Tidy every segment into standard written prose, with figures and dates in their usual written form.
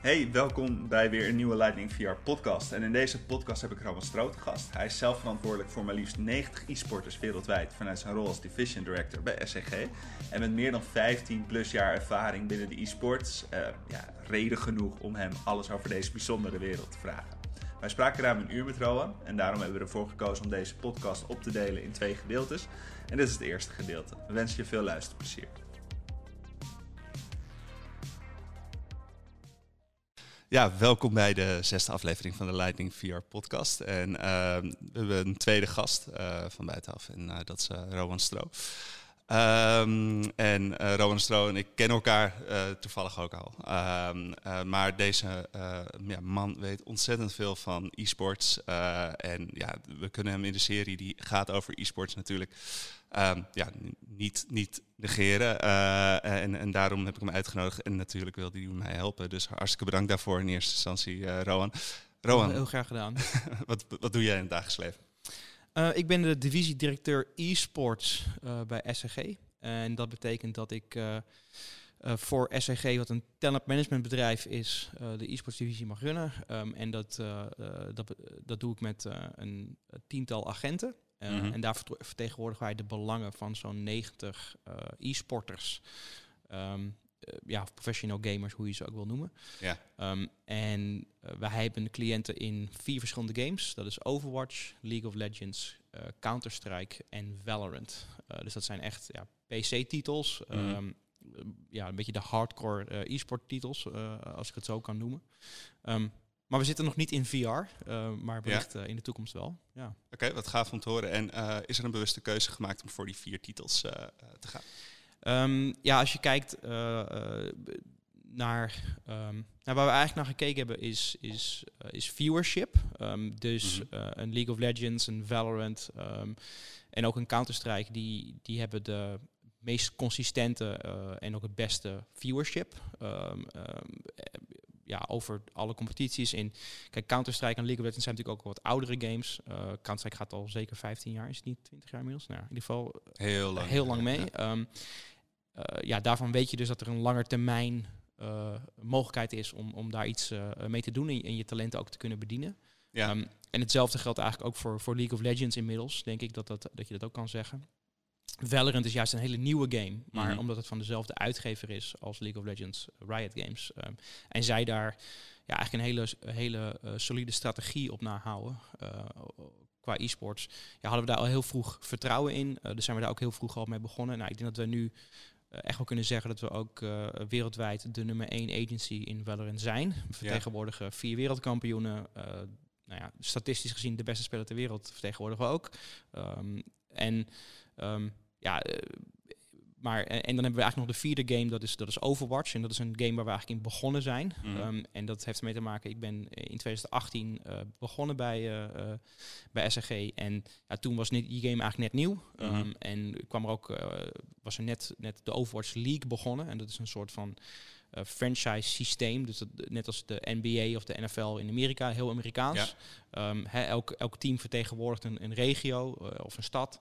Hey, welkom bij weer een nieuwe Lightning VR podcast. En in deze podcast heb ik Rowan Stroh te gast. Hij is zelf verantwoordelijk voor maar liefst 90 e-sporters wereldwijd vanuit zijn rol als Division Director bij SCG. En met meer dan 15 plus jaar ervaring binnen de e-sports, reden genoeg om hem alles over deze bijzondere wereld te vragen. Wij spraken ruim een uur met Rowan en daarom hebben we ervoor gekozen om deze podcast op te delen in 2 gedeeltes. En dit is het eerste gedeelte. We wensen je veel luisterplezier. Ja, welkom bij de 6e aflevering van de Lightning VR podcast. En we hebben een tweede gast van buitenaf en dat is Rowan Stroh. Rowan Stroh en ik kennen elkaar toevallig ook al. Maar deze man weet ontzettend veel van e-sports. We kunnen hem in de serie die gaat over e-sports natuurlijk niet negeren. En daarom heb ik hem uitgenodigd. En natuurlijk wilde hij mij helpen. Dus hartstikke bedankt daarvoor in eerste instantie, Rowan. Rowan, heel graag gedaan. Wat doe jij in het dagelijks leven? Ik ben de divisiedirecteur e-sports bij SCG. En dat betekent dat ik voor SCG, wat een talent management bedrijf is, de e-sports divisie mag runnen. En dat doe ik met een 10-tal agenten. En daar vertegenwoordigen wij de belangen van zo'n 90 e-sporters. Of professional gamers, hoe je ze ook wil noemen. Ja. Wij hebben cliënten in 4 verschillende games. Dat is Overwatch, League of Legends, Counter-Strike en Valorant. Dus dat zijn echt PC-titels. Een beetje de hardcore e-sport titels, als ik het zo kan noemen. Maar we zitten nog niet in VR, maar wellicht in de toekomst wel. Ja. Oké, wat gaaf om te horen. En is er een bewuste keuze gemaakt om voor die 4 titels te gaan? Als je kijkt naar waar we eigenlijk naar gekeken hebben is viewership. Een League of Legends, een Valorant en ook een Counter-Strike, die hebben de meest consistente en ook het beste viewership. Over alle competities. Kijk, Counter-Strike en League of Legends zijn natuurlijk ook wat oudere games. Counter-Strike gaat al zeker 15 jaar, is het niet 20 jaar inmiddels? Nou, in ieder geval heel lang mee. Ja. Daarvan weet je dus dat er een langetermijn mogelijkheid is om daar iets mee te doen en je talenten ook te kunnen bedienen. Ja. En hetzelfde geldt eigenlijk ook voor League of Legends inmiddels, denk ik dat je dat ook kan zeggen. Valorant is juist een hele nieuwe game, maar omdat het van dezelfde uitgever is als League of Legends, Riot Games, en zij daar eigenlijk een hele solide strategie op nahouden qua e-sports, hadden we daar al heel vroeg vertrouwen in. Dus zijn we daar ook heel vroeg al mee begonnen. Nou, ik denk dat we nu echt wel kunnen zeggen dat we ook wereldwijd de nummer 1 agency in Valorant zijn. We vertegenwoordigen 4 wereldkampioenen. Statistisch gezien de beste speler ter wereld vertegenwoordigen we ook. En dan hebben we eigenlijk nog de 4e game, dat is Overwatch. En dat is een game waar we eigenlijk in begonnen zijn. En dat heeft ermee te maken, ik ben in 2018 begonnen bij SCG. En toen was die game eigenlijk net nieuw. En was er net de Overwatch League begonnen. En dat is een soort van franchise systeem. Dus net als de NBA of de NFL in Amerika, heel Amerikaans. Ja. Elk team vertegenwoordigt een regio of een stad.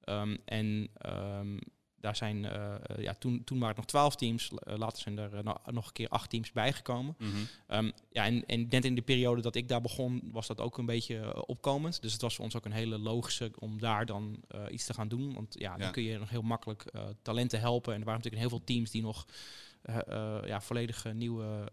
Daar zijn toen waren het nog 12 teams. Later zijn er nog een keer 8 teams bijgekomen. En net in de periode dat ik daar begon, was dat ook een beetje opkomend. Dus het was voor ons ook een hele logische om daar dan iets te gaan doen. Want dan kun je nog heel makkelijk talenten helpen. En er waren natuurlijk heel veel teams die nog volledig nieuwe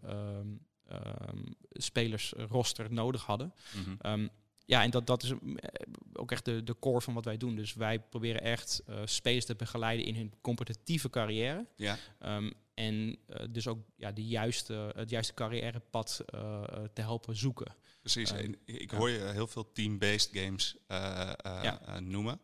spelersroster nodig hadden. En dat is ook echt de core van wat wij doen. Dus wij proberen echt spelers te begeleiden in hun competitieve carrière. Ja. Dus ook het juiste carrièrepad te helpen zoeken. Precies. Ik hoor je heel veel team-based games noemen.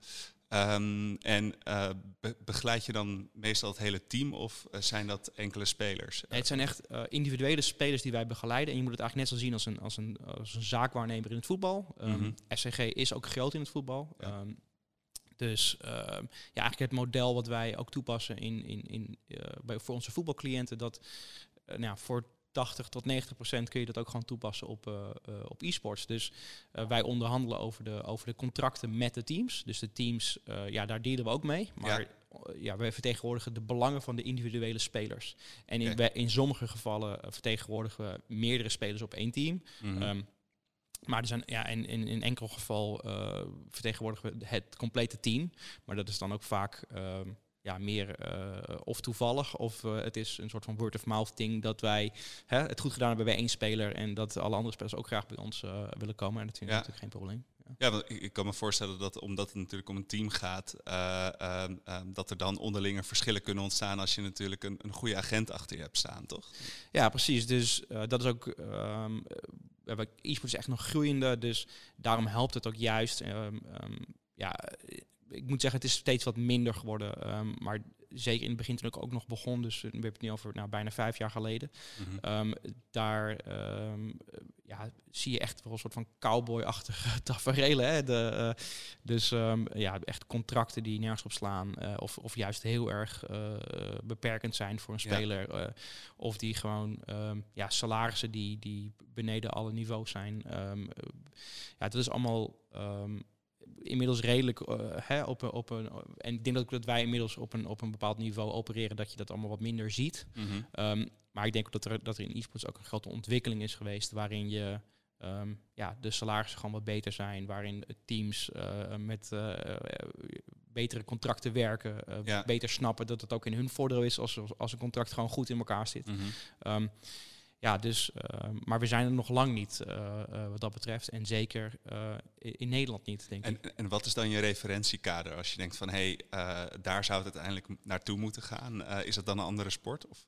Begeleid je dan meestal het hele team of zijn dat enkele spelers? Het zijn echt individuele spelers die wij begeleiden. En je moet het eigenlijk net zo zien als een zaakwaarnemer in het voetbal. SCG is ook groot in het voetbal. Ja. Eigenlijk het model wat wij ook toepassen voor onze voetbalcliënten, dat voor 80 tot 90% kun je dat ook gewoon toepassen op e-sports. Dus wij onderhandelen over de contracten met de teams. Dus de teams, daar dealen we ook mee. Maar wij vertegenwoordigen de belangen van de individuele spelers. En in sommige gevallen vertegenwoordigen we meerdere spelers op één team. Mm-hmm. Maar er zijn, in enkel geval vertegenwoordigen we het complete team. Maar dat is dan ook vaak meer of toevallig, of het is een soort van word-of-mouth ding dat wij het goed gedaan hebben bij één speler en dat alle andere spelers ook graag bij ons willen komen. En dat vind ik natuurlijk geen probleem. Ja, want ik kan me voorstellen dat omdat het natuurlijk om een team gaat, dat er dan onderlinge verschillen kunnen ontstaan als je natuurlijk een goede agent achter je hebt staan, toch? Ja, precies. Dus dat is ook... e-sport is echt nog groeiende, dus daarom helpt het ook juist. Ik moet zeggen, het is steeds wat minder geworden. Maar zeker in het begin toen ik ook nog begon, dus we hebben het nu over bijna 5 jaar geleden. Mm-hmm. Daar zie je echt wel een soort van cowboy-achtige taferelen. Hè? Echt contracten die nergens op slaan. Of juist heel erg beperkend zijn voor een speler. Of die gewoon salarissen die beneden alle niveaus zijn. Dat is allemaal... inmiddels redelijk en ik denk dat wij inmiddels op een bepaald niveau opereren dat je dat allemaal wat minder ziet. Mm-hmm. Maar ik denk ook dat er in e-sports ook een grote ontwikkeling is geweest waarin je de salarissen gewoon wat beter zijn, waarin teams met betere contracten werken, beter snappen dat het ook in hun voordeel is als een contract gewoon goed in elkaar zit. Mm-hmm. Maar we zijn er nog lang niet wat dat betreft. En zeker in Nederland niet, denk ik. En wat is dan je referentiekader als je denkt van daar zou het uiteindelijk naartoe moeten gaan? Is dat dan een andere sport? Of?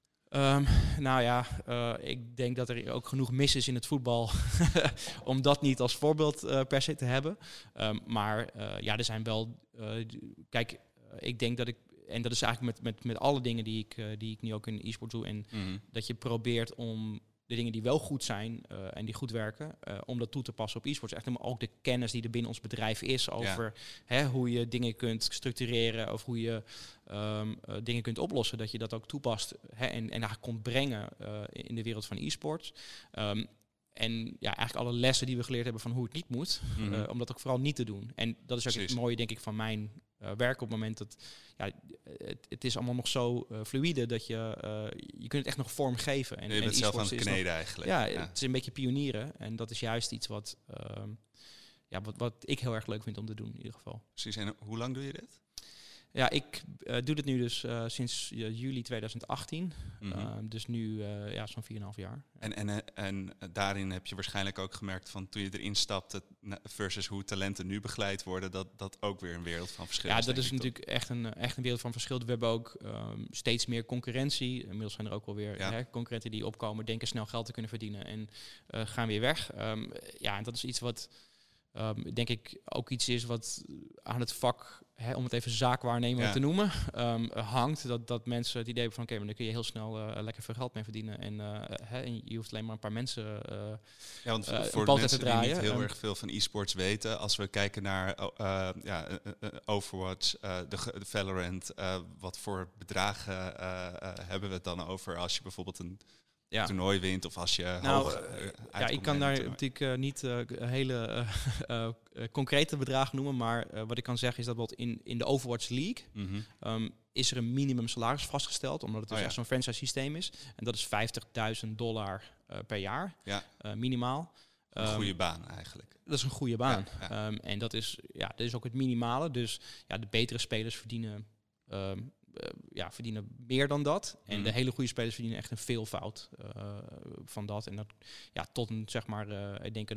Ik denk dat er ook genoeg mis is in het voetbal om dat niet als voorbeeld per se te hebben. Er zijn wel... ik denk dat ik... En dat is eigenlijk met alle dingen die ik nu ook in e-sport doe. En dat je probeert om de dingen die wel goed zijn en die goed werken, om dat toe te passen op e-sports. Echt helemaal ook de kennis die er binnen ons bedrijf is over hoe je dingen kunt structureren of hoe je dingen kunt oplossen. Dat je dat ook toepast en eigenlijk komt brengen in de wereld van e-sports. Eigenlijk alle lessen die we geleerd hebben van hoe het niet moet, om dat ook vooral niet te doen. En dat is ook het mooie, denk ik, van mijn werk op het moment dat het is allemaal nog zo fluïde dat je kunt het echt nog vorm geven. En, je bent zelf aan het kneden eigenlijk. Het is een beetje pionieren en dat is juist iets wat ik heel erg leuk vind om te doen in ieder geval. Precies, en hoe lang doe je dit? Ja, ik doe dit nu dus sinds juli 2018. Dus nu zo'n 4,5 jaar. En daarin heb je waarschijnlijk ook gemerkt van toen je erin stapte versus hoe talenten nu begeleid worden, dat ook weer een wereld van verschil is. Ja, dat is natuurlijk echt een wereld van verschil. We hebben ook steeds meer concurrentie. Inmiddels zijn er ook wel weer concurrenten die opkomen, denken snel geld te kunnen verdienen en gaan weer weg. En dat is iets wat... denk ik ook iets is wat aan het vak, om het even zaakwaarnemer te noemen, hangt. Dat mensen het idee hebben van maar dan kun je heel snel lekker veel geld mee verdienen. En je hoeft alleen maar een paar mensen want voor de mensen die niet heel erg veel van e-sports weten, als we kijken naar Overwatch, de Valorant, wat voor bedragen hebben we het dan over als je bijvoorbeeld een toernooi wint of als je ik kan daar natuurlijk niet hele concrete bedragen noemen, maar wat ik kan zeggen is dat bijvoorbeeld in de Overwatch League is er een minimum salaris vastgesteld, omdat het dus echt zo'n franchise systeem is. En dat is $50.000 per jaar, minimaal. Een goede baan eigenlijk. Dat is een goede baan. En dat is ook het minimale. Dus de betere spelers verdienen meer dan dat. En de hele goede spelers verdienen echt een veelvoud van dat. En dat tot een, zeg maar, ik denk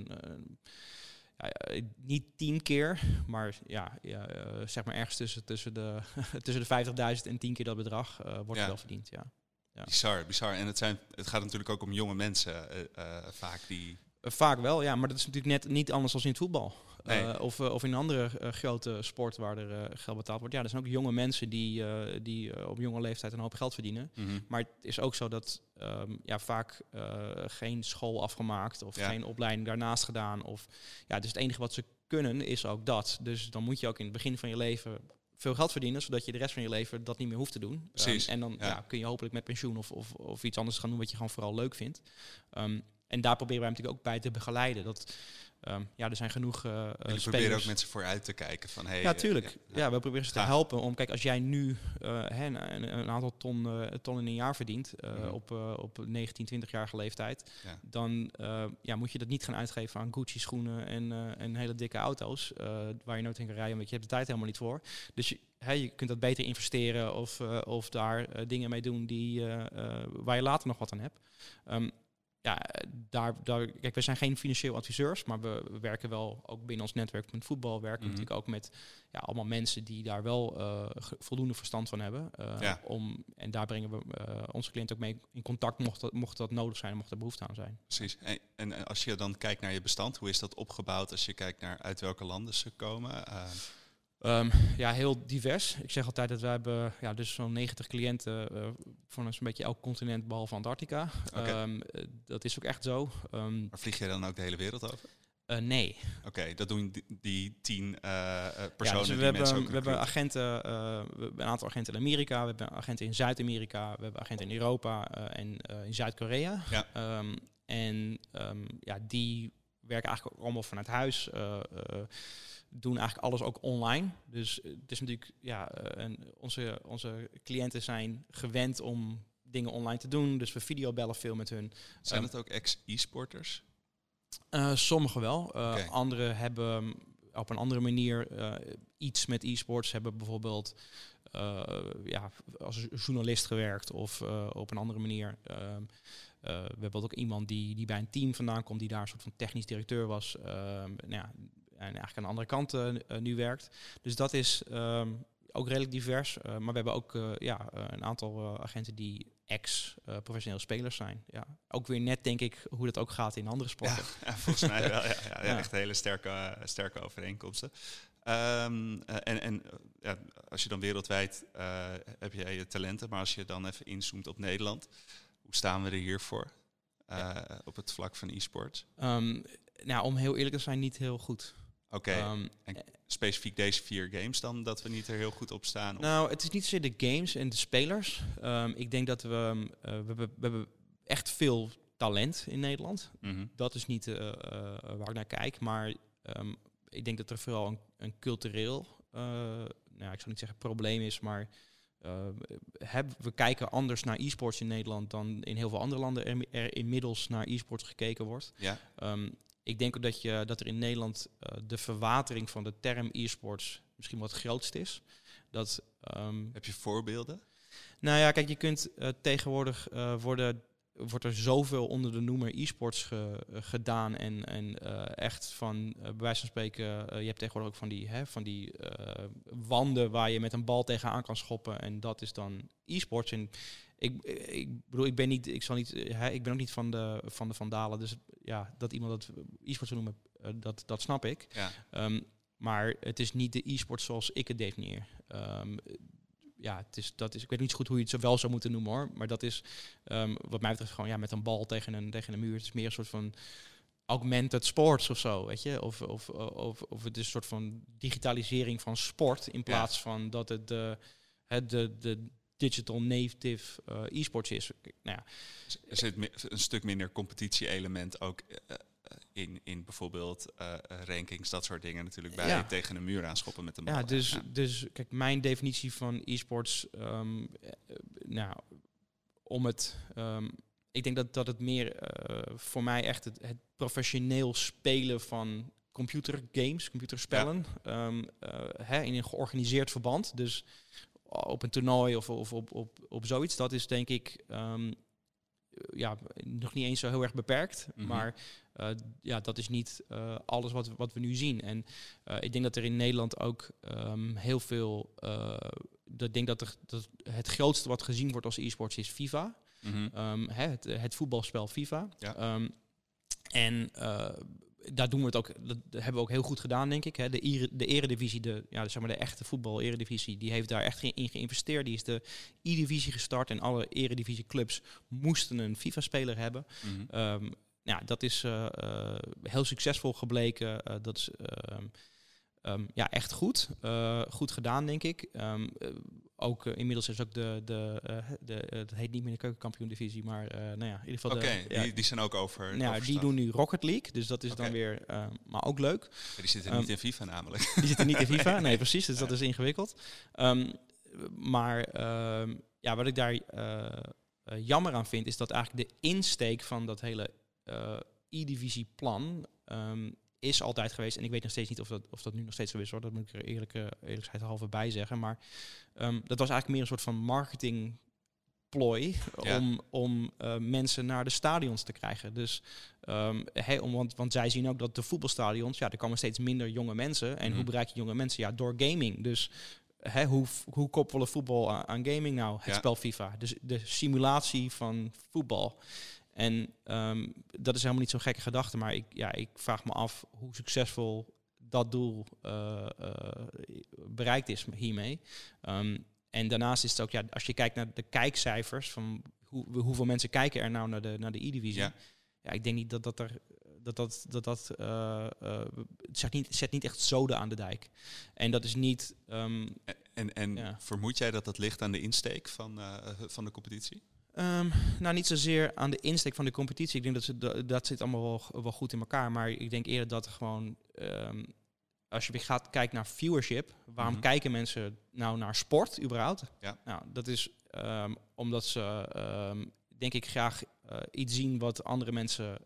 niet 10 keer, maar zeg maar ergens tussen de 50.000 en 10 keer dat bedrag wordt er wel verdiend. Ja. Bizar. En het gaat natuurlijk ook om jonge mensen vaak die... Vaak wel, ja, maar dat is natuurlijk net niet anders dan in het voetbal. Nee. Of in een andere grote sport waar er geld betaald wordt. Ja, er zijn ook jonge mensen die op jonge leeftijd een hoop geld verdienen. Maar het is ook zo dat vaak geen school afgemaakt of geen opleiding daarnaast gedaan. Dus het enige wat ze kunnen is ook dat. Dus dan moet je ook in het begin van je leven veel geld verdienen, zodat je de rest van je leven dat niet meer hoeft te doen. En dan kun je hopelijk met pensioen of iets anders gaan doen wat je gewoon vooral leuk vindt. En daar proberen wij natuurlijk ook bij te begeleiden. Dat Er zijn genoeg Jullie spelers. proberen ook mensen vooruit te kijken van... Hey, Ja, tuurlijk. We proberen ze te helpen. Kijk, als jij nu een aantal ton in een jaar verdient... op 19, 20-jarige leeftijd... dan moet je dat niet gaan uitgeven aan Gucci-schoenen en hele dikke auto's... waar je nooit in kan rijden, want je hebt de tijd helemaal niet voor. Dus je kunt dat beter investeren of daar dingen mee doen waar je later nog wat aan hebt. Kijk, we zijn geen financieel adviseurs, maar we werken wel ook binnen ons netwerk met voetbal. Werken natuurlijk ook met allemaal mensen die daar wel voldoende verstand van hebben. En daar brengen we onze cliënt ook mee in contact, mocht dat nodig zijn, mocht er behoefte aan zijn. Precies. En als je dan kijkt naar je bestand, hoe is dat opgebouwd als je kijkt naar uit welke landen ze komen? Heel divers. Ik zeg altijd dat we hebben dus zo'n 90 cliënten van zo'n beetje elk continent behalve Antarctica. Okay. Dat is ook echt zo. Maar vlieg je dan ook de hele wereld over? Nee. Oké, dat doen die 10 personen dus die mensen ook we hebben agenten, we hebben een aantal agenten in Amerika, we hebben agenten in Zuid-Amerika, we hebben agenten in Europa en in Zuid-Korea. Ja. Die werken eigenlijk ook allemaal vanuit huis. Doen eigenlijk alles ook online. Dus het is natuurlijk, onze cliënten zijn gewend om dingen online te doen. Dus we videobellen veel met hun. Zijn het ook ex-e-sporters? Sommigen wel. Anderen hebben op een andere manier iets met e-sports. Hebben bijvoorbeeld als journalist gewerkt of op een andere manier. We hebben ook iemand die bij een team vandaan komt, die daar een soort van technisch directeur was. En eigenlijk aan de andere kant nu werkt. Dus dat is ook redelijk divers. Maar we hebben ook een aantal agenten die ex-professionele spelers zijn. Ja. Ook weer net, denk ik, hoe dat ook gaat in andere sporten. Ja, volgens mij wel. Echt hele sterke overeenkomsten. Als je dan wereldwijd heb je talenten, maar als je dan even inzoomt op Nederland, hoe staan we er hiervoor op het vlak van e-sports? Om heel eerlijk te zijn, niet heel goed. Oké, en specifiek deze 4 games dan, dat we niet er heel goed op staan? Of? Nou, het is niet zozeer de games en de spelers. Ik denk dat we hebben echt veel talent in Nederland. Mm-hmm. Dat is niet waar ik naar kijk, maar ik denk dat er vooral een cultureel, ik zou niet zeggen probleem is, maar we kijken anders naar e-sports in Nederland dan in heel veel andere landen er inmiddels naar e-sports gekeken wordt. Ja. Ik denk ook dat er in Nederland de verwatering van de term e-sports misschien wat grootst is. Heb je voorbeelden? Nou ja, kijk, je kunt tegenwoordig wordt er zoveel onder de noemer e-sports gedaan en echt van bij wijze van spreken, je hebt tegenwoordig ook van die wanden waar je met een bal tegenaan kan schoppen en dat is dan e-sports. En ik bedoel, ik ben ook niet van de vandalen, dus dat iemand dat e-sports wil noemen, dat snap ik. Ja. Maar het is niet de e-sport zoals ik het definieer. Ik weet niet zo goed hoe je het zo wel zou moeten noemen hoor. Maar dat is wat mij betreft gewoon met een bal tegen een muur. Het is meer een soort van augmented sports of zo, weet je. Of het is een soort van digitalisering van sport in plaats van dat het de digital native e-sports is. Nou ja. Er zit een stuk minder competitie-element ook in bijvoorbeeld rankings, dat soort dingen natuurlijk bij tegen een muur aanschoppen met een bal. Dus kijk, mijn definitie van e-sports, ik denk dat het meer voor mij echt het professioneel spelen van computergames, computerspellen, in een georganiseerd verband. Dus op een toernooi of op zoiets, dat is denk ik nog niet eens zo heel erg beperkt. Mm-hmm. Maar dat is niet alles wat we nu zien. En ik denk dat er in Nederland ook heel veel... Ik denk dat het grootste wat gezien wordt als e-sports is FIFA. Mm-hmm. Het voetbalspel FIFA. Ja. Daar doen we het ook. Dat hebben we ook heel goed gedaan, denk ik. De eredivisie, de echte voetbal-eredivisie, die heeft daar echt in geïnvesteerd. Die is de E-divisie gestart en alle eredivisieclubs moesten een FIFA-speler hebben. Mm-hmm. Dat is heel succesvol gebleken. echt goed. Goed gedaan, denk ik. Ook inmiddels is ook het heet niet meer de keukenkampioen-divisie, maar in ieder geval... Die zijn ook over... die doen nu Rocket League, dus dat is dan weer... maar ook leuk. Ja, die zitten niet in FIFA namelijk. Die zitten niet in FIFA, nee precies, dus dat is ingewikkeld. Wat ik daar jammer aan vind, is dat eigenlijk de insteek van dat hele E-divisie-plan... is altijd geweest, en ik weet nog steeds niet of dat nu nog steeds zo is, hoor. Dat moet ik er eerlijkheidshalve bij zeggen. Maar dat was eigenlijk meer een soort van marketingplooi om mensen naar de stadions te krijgen. Dus want zij zien ook dat de voetbalstadions, er komen steeds minder jonge mensen. En hoe bereik je jonge mensen? Ja, door gaming. Dus hoe koppelen voetbal aan gaming nou? Het spel FIFA. Dus de simulatie van voetbal. En dat is helemaal niet zo'n gekke gedachte, maar ik vraag me af hoe succesvol dat doel bereikt is hiermee. En daarnaast is het ook, als je kijkt naar de kijkcijfers, van hoeveel mensen kijken er nou naar de E-divisie. Ja, ik denk niet zet niet echt zoden aan de dijk. En dat is niet... vermoed jij dat ligt aan de insteek van de competitie? Niet zozeer aan de insteek van de competitie. Ik denk dat zit allemaal wel goed in elkaar. Maar ik denk eerder dat er gewoon... als je weer gaat kijken naar viewership... waarom kijken mensen nou naar sport überhaupt? Ja. Nou, dat is omdat ze... denk ik graag iets zien wat andere mensen...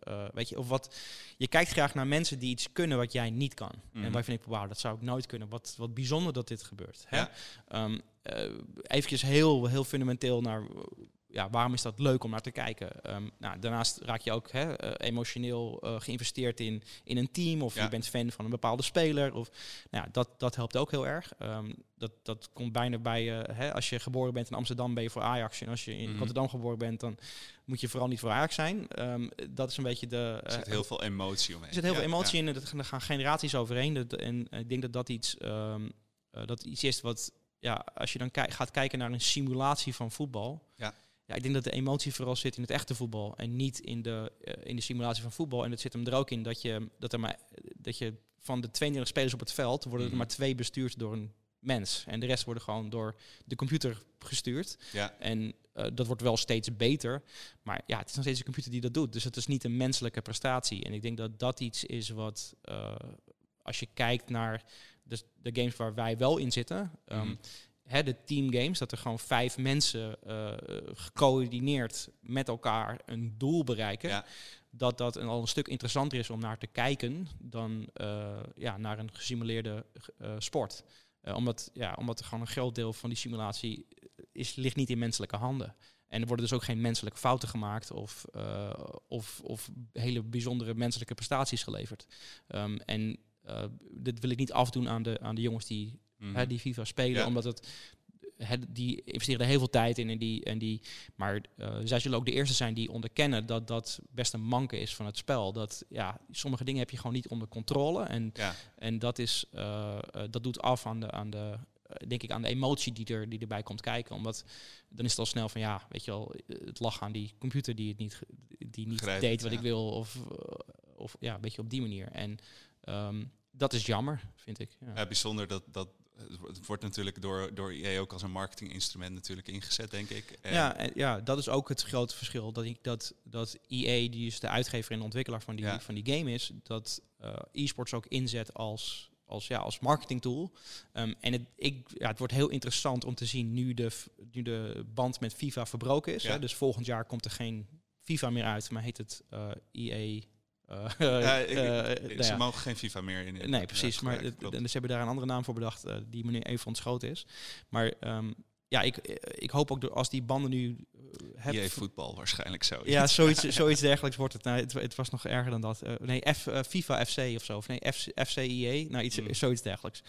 je kijkt graag naar mensen die iets kunnen wat jij niet kan. En waar vind ik, wauw, dat zou ik nooit kunnen. Wat bijzonder dat dit gebeurt. Ja. Eventjes heel fundamenteel naar... waarom is dat leuk om naar te kijken? Daarnaast raak je ook emotioneel geïnvesteerd in een team... of je bent fan van een bepaalde speler. Dat helpt ook heel erg. Dat komt bijna bij... als je geboren bent in Amsterdam ben je voor Ajax... en als je in Rotterdam geboren bent... dan moet je vooral niet voor Ajax zijn. Dat is een beetje de... Er zit heel veel emotie omheen. Er zit heel veel emotie in. Er gaan generaties overheen. En ik denk dat iets is wat... als je dan gaat kijken naar een simulatie van voetbal... Ja, ik denk dat de emotie vooral zit in het echte voetbal en niet in de simulatie van voetbal. En dat zit hem er ook in dat je van de 22 spelers op het veld worden er maar 2 bestuurd door een mens. En de rest worden gewoon door de computer gestuurd. Ja. En dat wordt wel steeds beter. Maar het is nog steeds een computer die dat doet. Dus het is niet een menselijke prestatie. En ik denk dat dat iets is wat, als je kijkt naar de games waar wij wel in zitten... de teamgames, dat er gewoon 5 mensen gecoördineerd met elkaar een doel bereiken. Ja. Dat al een stuk interessanter is om naar te kijken dan naar een gesimuleerde sport. Omdat er gewoon een groot deel van die simulatie ligt niet in menselijke handen. En er worden dus ook geen menselijke fouten gemaakt of hele bijzondere menselijke prestaties geleverd. Dit wil ik niet afdoen aan de jongens die FIFA spelen, omdat die investeren er heel veel tijd in. Maar zij zullen ook de eerste zijn die onderkennen dat best een manke is van het spel. Dat sommige dingen heb je gewoon niet onder controle. En dat doet af aan de denk ik aan de emotie die erbij komt kijken. Omdat dan is het al snel van het lag aan die computer die niet deed wat ik wil. Of een beetje op die manier. En dat is jammer, vind ik. Ja, bijzonder dat het wordt natuurlijk door EA ook als een marketinginstrument natuurlijk ingezet, denk ik. En dat is ook het grote verschil. Dat EA, die is de uitgever en ontwikkelaar van die game is, dat e-sports ook inzet als marketingtool. Het wordt heel interessant om te zien nu de band met FIFA verbroken is. Hè? Dus volgend jaar komt er geen FIFA meer uit, maar heet het EA... ze mogen geen FIFA meer in. Nee, precies. Maar ze hebben daar een andere naam voor bedacht die me nu even ontschoten is. Maar ik hoop ook als die banden nu... EA voetbal waarschijnlijk zo. Ja, zoiets dergelijks wordt het. Nou, het was nog erger dan dat. FIFA FC of zo. Of nee, FC EA. Nou, zoiets dergelijks.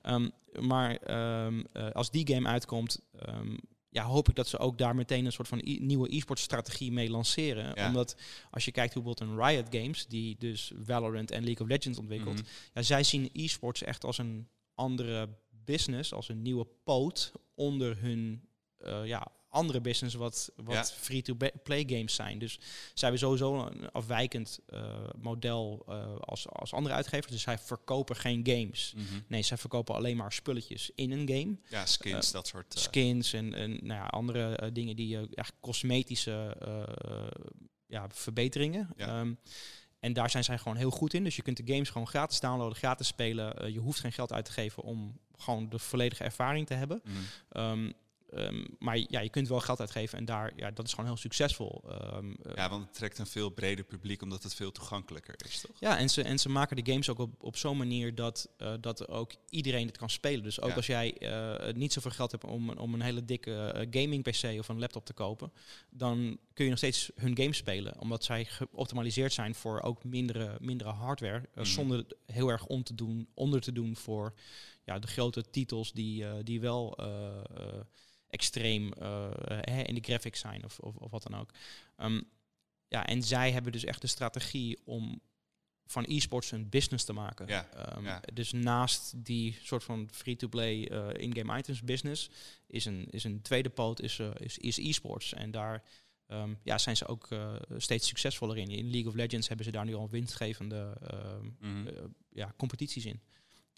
Als die game uitkomt... hoop ik dat ze ook daar meteen een soort van nieuwe e-sportstrategie mee lanceren. Ja. Omdat als je kijkt bijvoorbeeld een Riot Games, die dus Valorant en League of Legends ontwikkelt, zij zien e-sports echt als een andere business, als een nieuwe poot onder hun andere business wat free-to-play games zijn. Dus zij hebben sowieso een afwijkend model als andere uitgevers. Dus zij verkopen geen games. Mm-hmm. Nee, zij verkopen alleen maar spulletjes in een game. Ja, skins, dat soort... skins en andere dingen die echt cosmetische verbeteringen. Ja. En daar zijn zij gewoon heel goed in. Dus je kunt de games gewoon gratis downloaden, gratis spelen. Je hoeft geen geld uit te geven om gewoon de volledige ervaring te hebben. Mm-hmm. Maar ja, je kunt wel geld uitgeven en dat is gewoon heel succesvol. Want het trekt een veel breder publiek omdat het veel toegankelijker is, toch? Ja, en ze maken de games ook op zo'n manier dat ook iedereen het kan spelen. Dus ook als jij niet zoveel geld hebt om een hele dikke gaming PC of een laptop te kopen, dan kun je nog steeds hun games spelen. Omdat zij geoptimaliseerd zijn voor ook mindere hardware. Zonder heel erg onder te doen voor de grote titels die wel... extreem in de graphics zijn of wat dan ook. En zij hebben dus echt de strategie om van e-sports een business te maken. Dus naast die soort van free-to-play in-game items business is een tweede poot is e-sports. En daar zijn ze ook steeds succesvoller in. In League of Legends hebben ze daar nu al winstgevende competities in.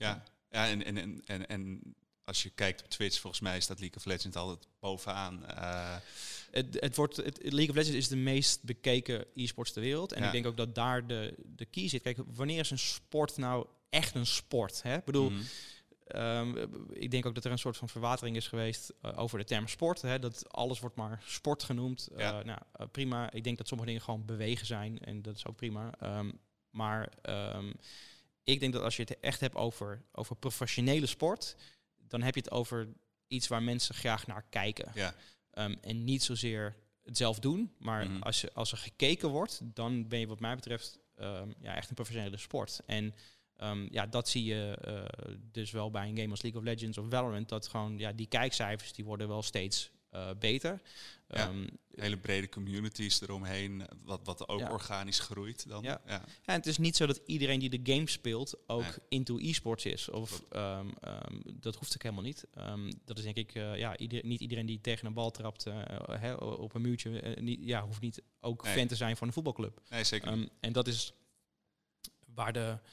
En als je kijkt op Twitch, volgens mij staat League of Legends altijd bovenaan. League of Legends is de meest bekeken e-sports ter wereld. En ik denk ook dat daar de key zit. Kijk, wanneer is een sport nou echt een sport? Hè? Ik bedoel, ik denk ook dat er een soort van verwatering is geweest over de term sport. Hè? Dat alles wordt maar sport genoemd. Prima. Ik denk dat sommige dingen gewoon bewegen zijn. En dat is ook prima. Maar ik denk dat als je het echt hebt over professionele sport, dan heb je het over iets waar mensen graag naar kijken. Ja. En niet zozeer het zelf doen, maar als er gekeken wordt, dan ben je wat mij betreft echt een professionele sport. En dat zie je dus wel bij een game als League of Legends of Valorant, dat gewoon die kijkcijfers die worden wel steeds beter. Hele brede communities eromheen, wat ook organisch groeit dan. Ja, en het is niet zo dat iedereen die de game speelt ook into e-sports is. Of dat hoeft ook helemaal niet. Dat is denk ik, niet iedereen die tegen een bal trapt op een muurtje, hoeft niet ook fan te zijn van een voetbalclub. Nee, zeker niet. En dat is waar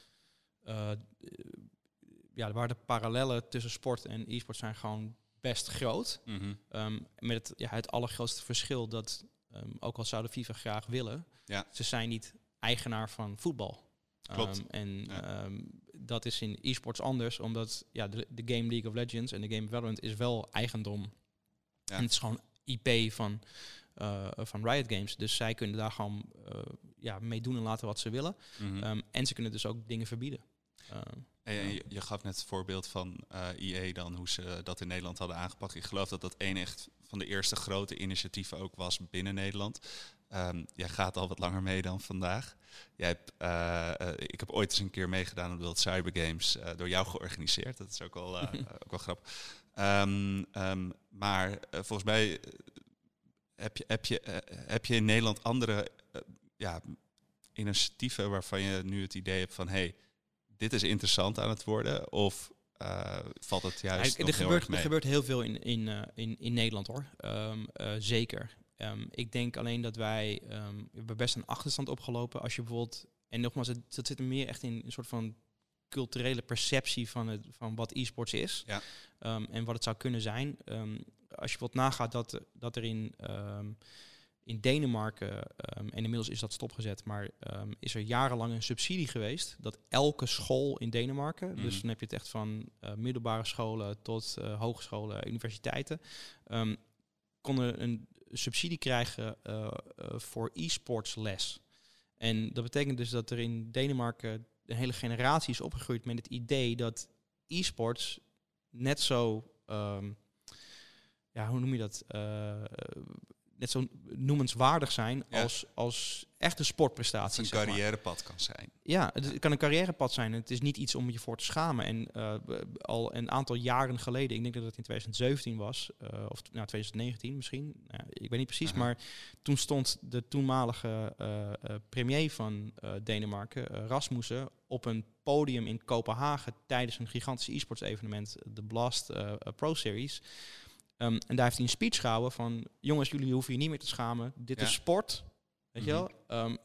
de parallellen tussen sport en e-sport zijn gewoon best groot. Met het allergrootste verschil dat, ook al zou de FIFA graag willen, ze zijn niet eigenaar van voetbal. Klopt. Dat is in e-sports anders, omdat de game League of Legends en de game Valorant is wel eigendom. En het is gewoon IP van Riot Games. Dus zij kunnen daar gewoon mee doen en laten wat ze willen. En ze kunnen dus ook dingen verbieden. Je gaf net het voorbeeld van EA dan, hoe ze dat in Nederland hadden aangepakt. Ik geloof dat dat een echt van de eerste grote initiatieven ook was binnen Nederland. Jij gaat al wat langer mee dan vandaag. Ik heb ooit eens een keer meegedaan aan World Cyber Games door jou georganiseerd. Dat is ook wel, ook wel grappig. Maar volgens mij heb je in Nederland andere initiatieven waarvan je nu het idee hebt van dit is interessant aan het worden, of valt het juist nog heel erg mee? Er gebeurt heel veel in Nederland, hoor. Zeker. Ik denk alleen dat wij hebben best een achterstand opgelopen. Als je bijvoorbeeld, en nogmaals, dat zit er meer echt in een soort van culturele perceptie van wat e-sports is. Ja. En wat het zou kunnen zijn. Als je bijvoorbeeld nagaat dat er in Denemarken, en inmiddels is dat stopgezet, maar is er jarenlang een subsidie geweest dat elke school in Denemarken, dus dan heb je het echt van middelbare scholen tot hogescholen, universiteiten, konden een subsidie krijgen voor e-sports les. En dat betekent dus dat er in Denemarken een hele generatie is opgegroeid met het idee dat e-sports net zo, hoe noem je dat? Net zo noemenswaardig zijn als echte sportprestaties. Het een carrièrepad kan zijn. Ja, het kan een carrièrepad zijn. Het is niet iets om je voor te schamen. En al een aantal jaren geleden, ik denk dat het in 2017 was, of 2019 misschien, ik weet niet precies, maar toen stond de toenmalige premier van Denemarken, Rasmussen, op een podium in Kopenhagen tijdens een gigantisch e-sports evenement, de Blast Pro Series, En daar heeft hij een speech gehouden van... jongens, jullie hoeven je niet meer te schamen. Dit is sport. Weet je wel?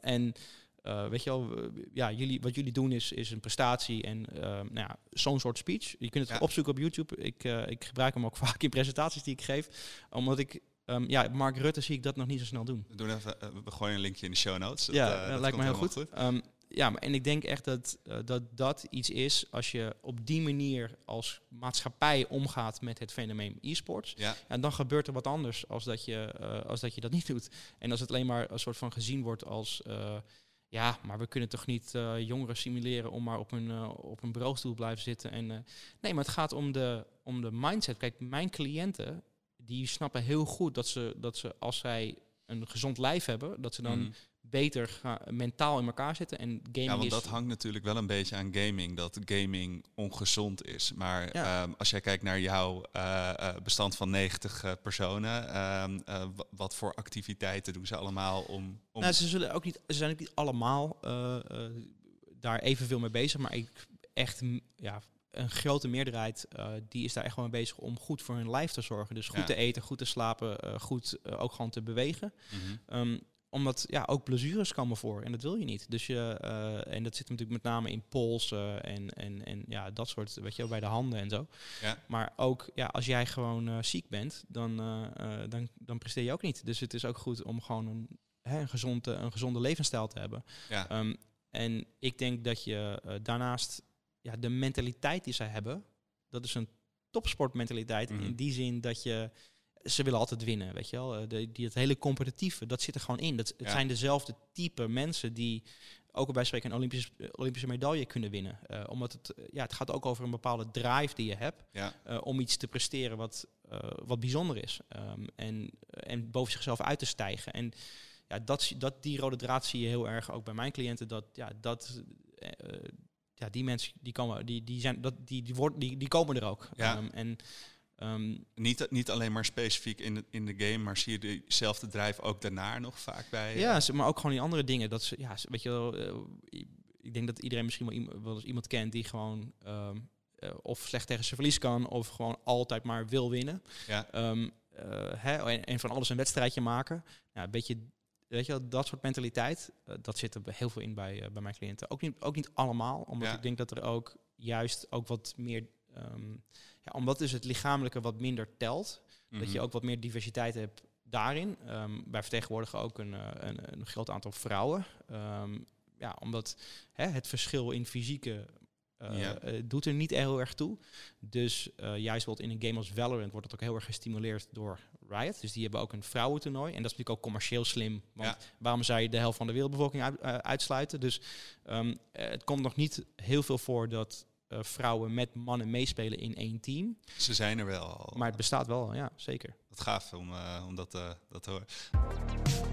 Weet je wel, wat jullie doen is een prestatie en zo'n soort speech. Je kunt het opzoeken op YouTube. Ik gebruik hem ook vaak in presentaties die ik geef. Omdat ik, Mark Rutte zie ik dat nog niet zo snel doen. We gooien een linkje in de show notes. Dat lijkt me heel goed. En ik denk echt dat iets is als je op die manier als maatschappij omgaat met het fenomeen e-sports. En dan gebeurt er wat anders als dat je dat niet doet. En als het alleen maar een soort van gezien wordt als... maar we kunnen toch niet jongeren simuleren om maar op een bureaustoel blijven zitten. Nee, maar het gaat om de mindset. Kijk, mijn cliënten, die snappen heel goed dat ze als zij een gezond lijf hebben, dat ze dan beter mentaal in elkaar zitten. En gaming want dat hangt natuurlijk wel een beetje aan gaming, dat gaming ongezond is. Maar als jij kijkt naar jouw bestand van 90 personen, wat voor activiteiten doen ze allemaal om... Nou, ze zijn ook niet allemaal daar evenveel mee bezig, maar een grote meerderheid die is daar echt wel mee bezig om goed voor hun lijf te zorgen. Dus goed te eten, goed te slapen, goed ook gewoon te bewegen. Omdat ook blessures komen voor en dat wil je niet. Dus en dat zit natuurlijk met name in polsen en dat soort, weet je, bij de handen en zo. Ja. Maar ook als jij gewoon ziek bent, dan presteer je ook niet. Dus het is ook goed om gewoon een gezonde levensstijl te hebben. Ja. En ik denk dat je daarnaast de mentaliteit die zij hebben, dat is een topsportmentaliteit in die zin dat ze willen altijd winnen, weet je wel. Het hele competitieve, dat zit er gewoon in. Het zijn dezelfde type mensen die ook al bij spreken een Olympische medaille kunnen winnen. Omdat het gaat ook over een bepaalde drive die je hebt om iets te presteren wat bijzonder is. En boven zichzelf uit te stijgen. En die rode draad zie je heel erg ook bij mijn cliënten. Die mensen die komen er ook. Ja. Niet alleen maar specifiek in de game, maar zie je diezelfde drive ook daarna nog vaak bij? Ja, maar ook gewoon die andere dingen. Dat weet je wel, ik denk dat iedereen misschien wel eens iemand kent die gewoon of slecht tegen zijn verlies kan, of gewoon altijd maar wil winnen. Ja. En van alles een wedstrijdje maken. Ja, een beetje, weet je wel, dat soort mentaliteit, dat zit er heel veel in bij mijn cliënten. Ook niet allemaal, omdat ik denk dat er ook juist ook wat meer... omdat dus het lichamelijke wat minder telt. Dat je ook wat meer diversiteit hebt daarin. Wij vertegenwoordigen ook een groot aantal vrouwen. Omdat het verschil in fysieke doet er niet heel erg toe. Dus juist in een game als Valorant wordt het ook heel erg gestimuleerd door Riot. Dus die hebben ook een vrouwentoernooi. En dat is natuurlijk ook commercieel slim. Want waarom zou je de helft van de wereldbevolking uitsluiten? Dus het komt nog niet heel veel voor dat vrouwen met mannen meespelen in één team. Ze zijn er wel al. Maar het bestaat wel, ja, zeker. Wat gaaf om dat te horen.